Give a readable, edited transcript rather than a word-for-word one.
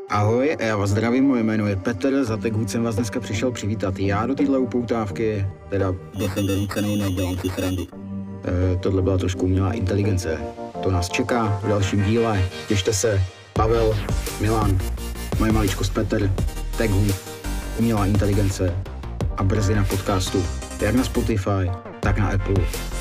Ahoj, já vás zdravím, moje jméno je Petr, za Teghut jsem vás dneska přišel přivítat já do téhle upoutávky, teda byl jsem donucený, nedělám si srandu. Tohle byla trošku umělá inteligence, to nás čeká v dalším díle, těšte se, Pavel, Milan, moje maličkost Petr, Teghut, umělá inteligence a brzy na podcastu, jak na Spotify, tak na Apple